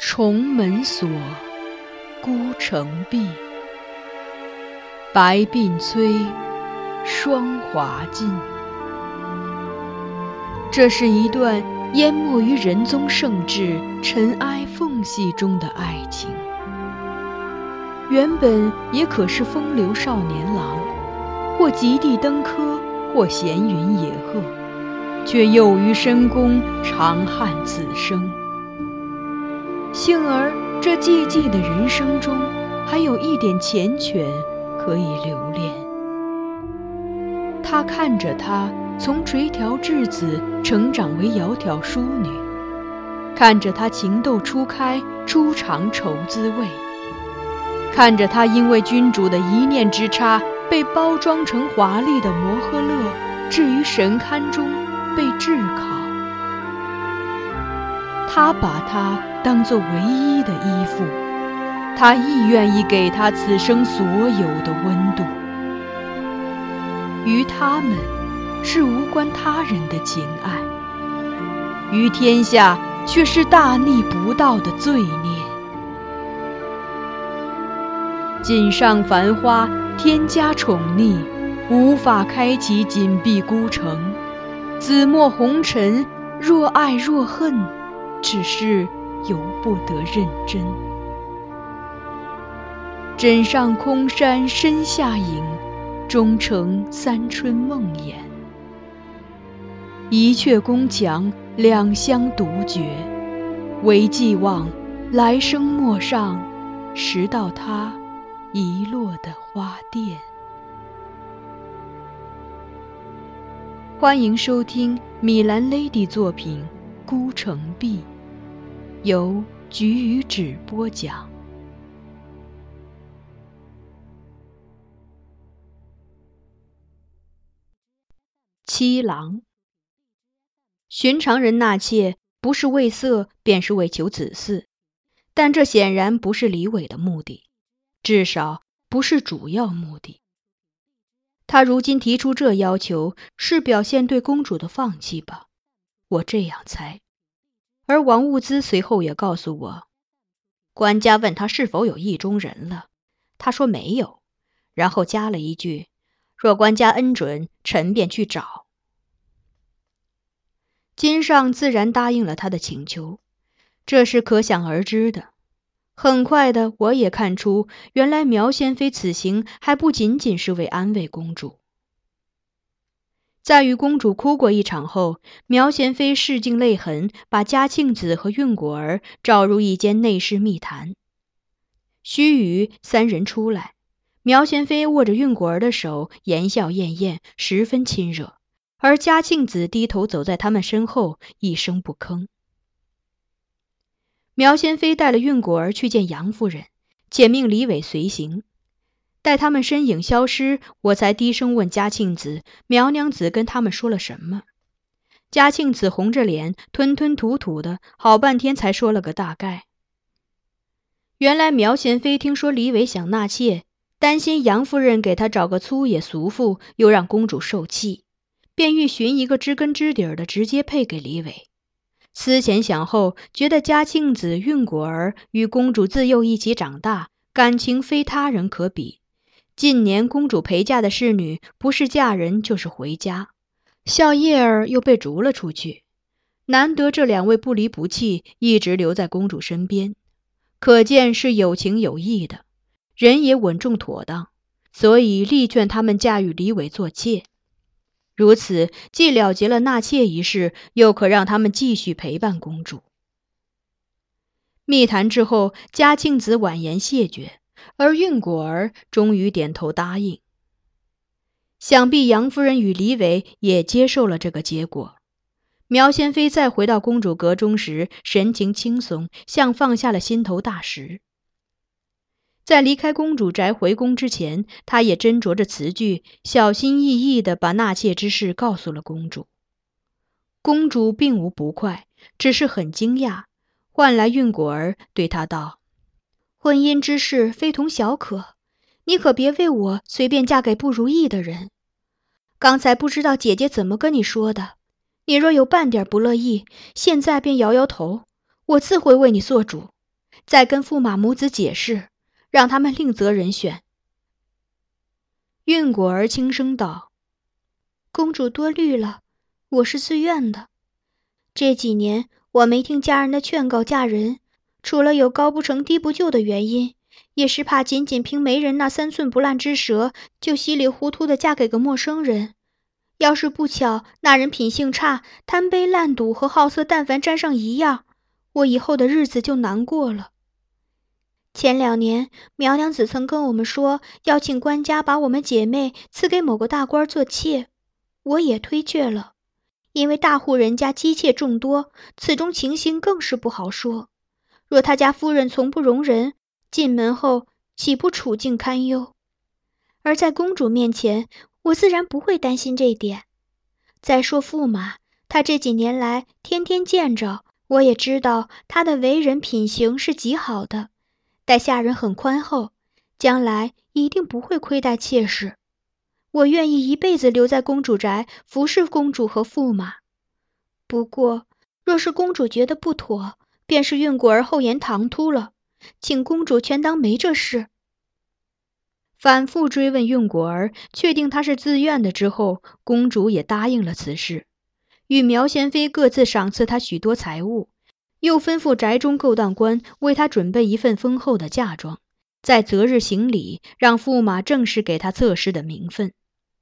重门锁，孤城闭。白鬓催，霜华尽。这是一段淹没于仁宗圣治尘埃缝隙中的爱情。原本也可是风流少年郎，或极地登科，或闲云野鹤，却又于深宫长叹此生。幸而这寂寂的人生中，还有一点缱绻可以留恋。他看着她从垂髫稚子成长为窈窕淑女，看着她情窦初开，初尝愁滋味，看着她因为君主的一念之差，被包装成华丽的摩诃勒，置于神龛中被炙烤。他把她当作唯一的依附，他亦愿意给她此生所有的温度。于他们是无关他人的情爱，于天下却是大逆不道的罪孽。锦上繁花，天加宠溺，无法开启紧闭孤城。紫陌红尘，若爱若恨，只是由不得认真。枕上空山深下影，终成三春梦魇。一阙宫墙，两相独绝，唯寄望来生陌上拾到他遗落的花钿。欢迎收听米兰 Lady 作品《孤城闭》，由菊与纸播讲。七郎。寻常人纳妾不是为色，便是为求子嗣，但这显然不是李伟的目的，至少不是主要目的。他如今提出这要求，是表现对公主的放弃吧，我这样猜。而王物资随后也告诉我，官家问他是否有意中人了，他说没有，然后加了一句，若官家恩准，臣便去找。金上自然答应了他的请求，这是可想而知的。很快的，我也看出，原来苗仙妃此行还不仅仅是为安慰公主。在与公主哭过一场后，苗贤妃拭尽泪痕，把嘉庆子和运果儿召入一间内室密谈。须臾，三人出来，苗贤妃握着运果儿的手，言笑晏晏，十分亲热，而嘉庆子低头走在他们身后，一声不吭。苗贤妃带了运果儿去见杨夫人，且命李伟随行。待他们身影消失，我才低声问嘉庆子，苗娘子跟他们说了什么。嘉庆子红着脸，吞吞吐吐的，好半天才说了个大概。原来苗贤妃听说李伟想纳妾，担心杨夫人给他找个粗野俗妇，又让公主受气，便欲寻一个知根知底的直接配给李伟。思前想后，觉得嘉庆子、运果儿与公主自幼一起长大，感情非他人可比。近年公主陪嫁的侍女，不是嫁人就是回家，笑叶儿又被逐了出去，难得这两位不离不弃，一直留在公主身边，可见是有情有义的，人也稳重妥当，所以力劝他们嫁与李伟做妾。如此既了结了纳妾一事，又可让他们继续陪伴公主。密谈之后，嘉庆子婉言谢绝，而运果儿终于点头答应。想必杨夫人与李伟也接受了这个结果。苗仙妃再回到公主阁中时，神情轻松，像放下了心头大石。在离开公主宅回宫之前，她也斟酌着词句，小心翼翼地把纳妾之事告诉了公主。公主并无不快，只是很惊讶，唤来运果儿对她道，婚姻之事非同小可，你可别为我随便嫁给不如意的人。刚才不知道姐姐怎么跟你说的，你若有半点不乐意，现在便摇摇头，我自会为你做主。 再跟驸马母子解释，让他们另择人选。韵果儿轻声道：公主多虑了，我是自愿的。这几年我没听家人的劝告嫁人，除了有高不成低不就的原因，也是怕仅仅凭媒人那3寸不烂之舌，就稀里糊涂地嫁给个陌生人。要是不巧那人品性差，贪杯烂赌和好色但凡沾上一样，我以后的日子就难过了。前2年苗娘子曾跟我们说，要请官家把我们姐妹赐给某个大官做妾，我也推却了。因为大户人家姬妾众多，此中情形更是不好说。若他家夫人从不容人，进门后岂不处境堪忧？而在公主面前，我自然不会担心这点。再说驸马，他这几年来天天见着，我也知道他的为人品行是极好的，待下人很宽厚，将来一定不会亏待妾室。我愿意一辈子留在公主宅，服侍公主和驸马。不过，若是公主觉得不妥，便是韵果儿厚颜唐突了，请公主全当没这事。反复追问韵果儿，确定她是自愿的之后，公主也答应了此事，与苗贤妃各自赏赐她许多财物，又吩咐宅中勾当官为她准备一份丰厚的嫁妆，在择日行礼，让驸马正式给她侧室的名分。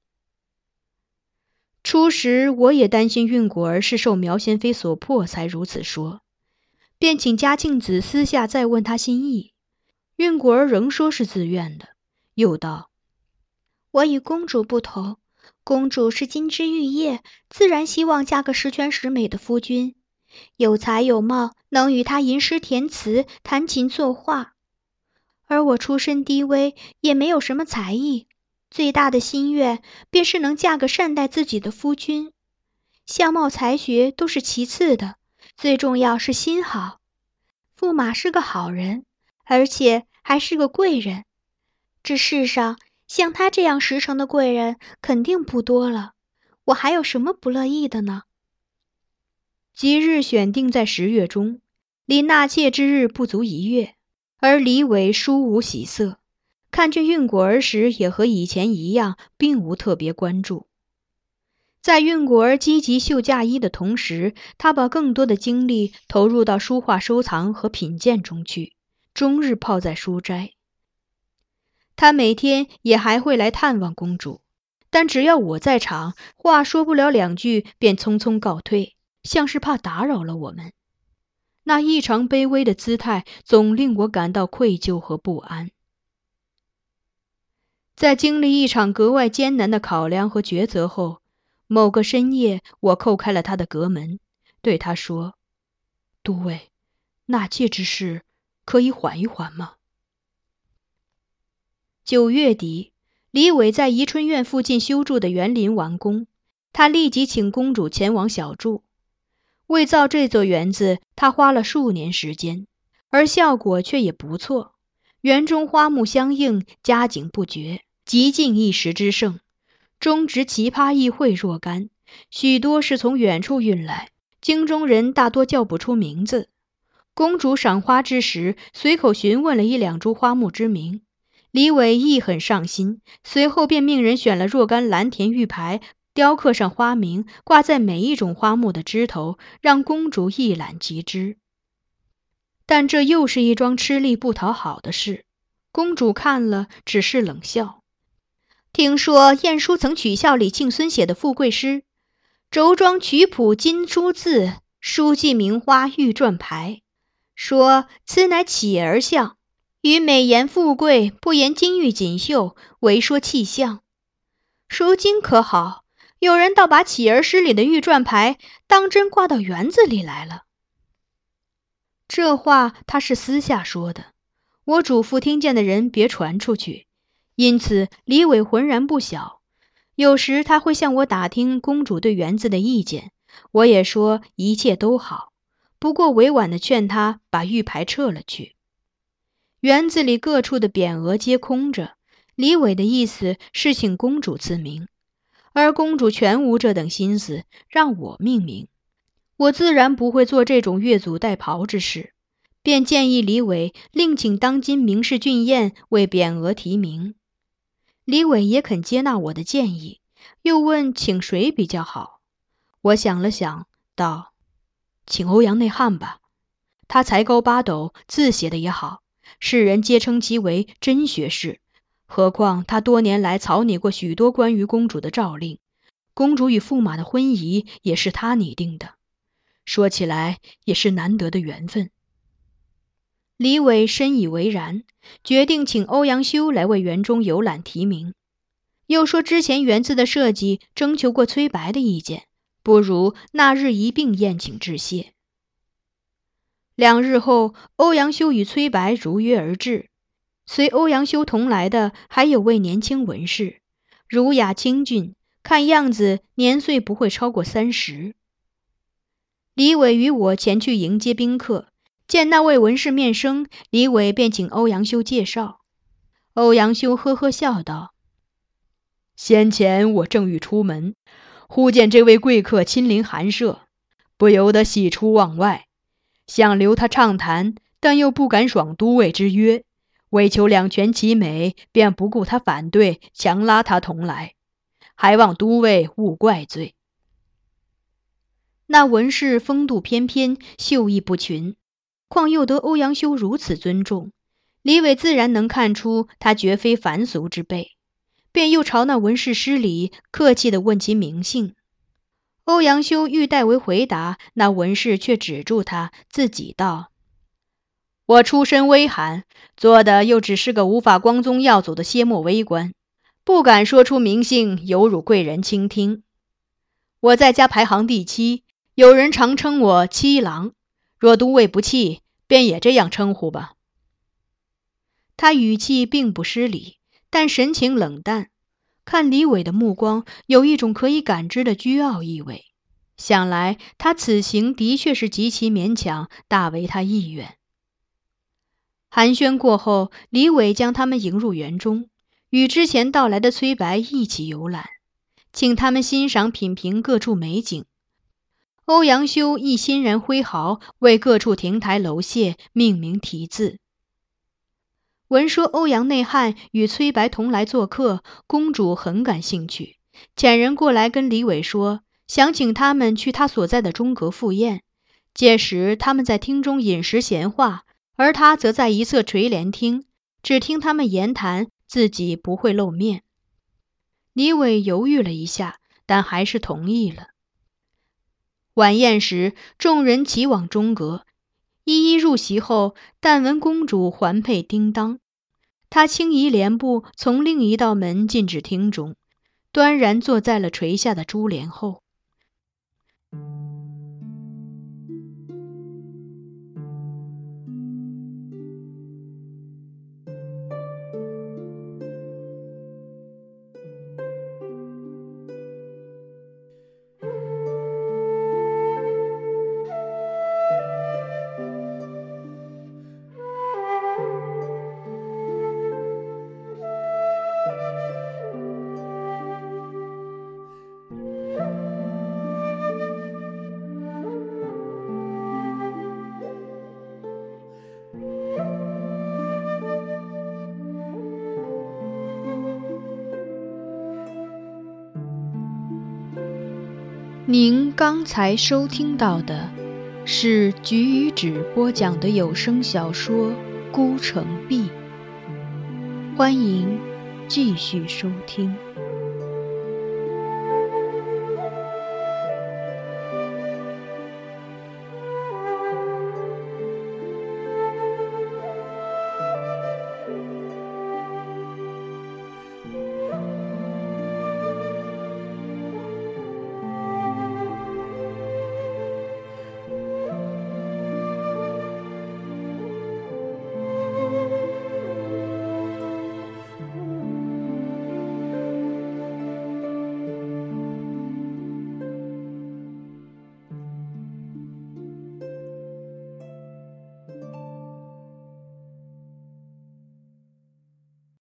初时我也担心韵果儿是受苗贤妃所迫才如此说，便请嘉庆子私下再问她心意。韵果儿仍说是自愿的，又道：我与公主不同，公主是金枝玉叶，自然希望嫁个十全十美的夫君，有才有貌，能与他吟诗填词，弹琴作画。而我出身低微，也没有什么才艺，最大的心愿便是能嫁个善待自己的夫君。相貌才学都是其次的，最重要是心好。驸马是个好人，而且还是个贵人，这世上像他这样实诚的贵人肯定不多了，我还有什么不乐意的呢？吉日选定在10月中，离纳妾之日不足1月，而李伟殊无喜色，看见韵果儿时也和以前一样，并无特别关注。在韵果儿积极绣嫁衣的同时，他把更多的精力投入到书画收藏和品鉴中去，终日泡在书斋。他每天也还会来探望公主，但只要我在场，话说不了2句便匆匆告退，像是怕打扰了我们。那异常卑微的姿态总令我感到愧疚和不安。在经历一场格外艰难的考量和抉择后，某个深夜，我叩开了他的阁门，对他说：都尉，纳妾之事可以缓一缓吗？9月底，李伟在宜春院附近修筑的园林完工，他立即请公主前往小住。为造这座园子，他花了数年时间，而效果却也不错。园中花木相映，佳景不绝，极尽一时之盛。中植奇葩异卉若干，许多是从远处运来，京中人大多叫不出名字。公主赏花之时，随口询问了1、2株花木之名。李伟亦很上心，随后便命人选了若干蓝田玉牌，雕刻上花名，挂在每一种花木的枝头，让公主一览即知。但这又是一桩吃力不讨好的事，公主看了只是冷笑。听说晏殊曾取笑李庆孙写的富贵诗，轴装曲谱金书字，书记名花玉篆牌，说此乃乞儿相，与美言富贵，不言金玉锦绣，唯说气象。如今可好，有人倒把乞儿诗里的玉篆牌当真挂到园子里来了。这话他是私下说的，我嘱咐听见的人别传出去，因此李伟浑然不晓。有时他会向我打听公主对园子的意见，我也说一切都好，不过委婉地劝他把玉牌撤了去。园子里各处的匾额皆空着，李伟的意思是请公主赐名，而公主全无这等心思，让我命名。我自然不会做这种越俎代庖之事， 便建议李伟另请当今名士俊彦为匾额题名。李伟也肯接纳我的建议，又问请谁比较好。我想了想，道：请欧阳内翰吧，他才高八斗，字写的也好，世人皆称其为真学士。何况他多年来草拟过许多关于公主的诏令，公主与驸马的婚仪也是他拟定的，说起来也是难得的缘分。李伟深以为然，决定请欧阳修来为园中游览题名。又说之前园子的设计征求过崔白的意见，不如那日一并宴请致谢。2日后，欧阳修与崔白如约而至。随欧阳修同来的还有位年轻文士，儒雅清俊，看样子年岁不会超过30。李伟与我前去迎接宾客，见那位文士面生，李伟便请欧阳修介绍。欧阳修呵呵笑道：先前我正欲出门，忽见这位贵客亲临寒舍，不由得喜出望外，想留他畅谈，但又不敢爽都尉之约，为求两全其美，便不顾他反对，强拉他同来，还望都尉勿怪罪。那文士风度翩翩，秀逸不群，况又得欧阳修如此尊重，李伟自然能看出他绝非凡俗之辈，便又朝那文士施礼，客气地问其名姓。欧阳修欲代为回答，那文士却止住他，自己道：我出身微寒，做的又只是个无法光宗耀祖的歇墨微官，不敢说出名姓，有辱贵人倾听。我在家排行第7，有人常称我七郎，若都尉不弃，便也这样称呼吧。他语气并不失礼，但神情冷淡，看李伟的目光有一种可以感知的倨傲意味，想来他此行的确是极其勉强，大为他意愿。寒暄过后，李伟将他们迎入园中，与之前到来的崔白一起游览，请他们欣赏品评各处美景。欧阳修亦欣然挥毫，为各处亭台楼榭命名题字。闻说欧阳内翰与崔白同来做客，公主很感兴趣，遣人过来跟李伟说，想请他们去他所在的中阁赴宴。届时他们在厅中饮食闲话，而他则在一侧垂帘听，只听他们言谈，自己不会露面。李伟犹豫了一下，但还是同意了。晚宴时，众人齐往中阁，一一入席后，但闻公主环佩叮当，她轻移帘布，从另一道门进至厅中，端然坐在了垂下的珠帘后。您刚才收听到的是菊与纸播讲的有声小说《孤城闭》，欢迎继续收听。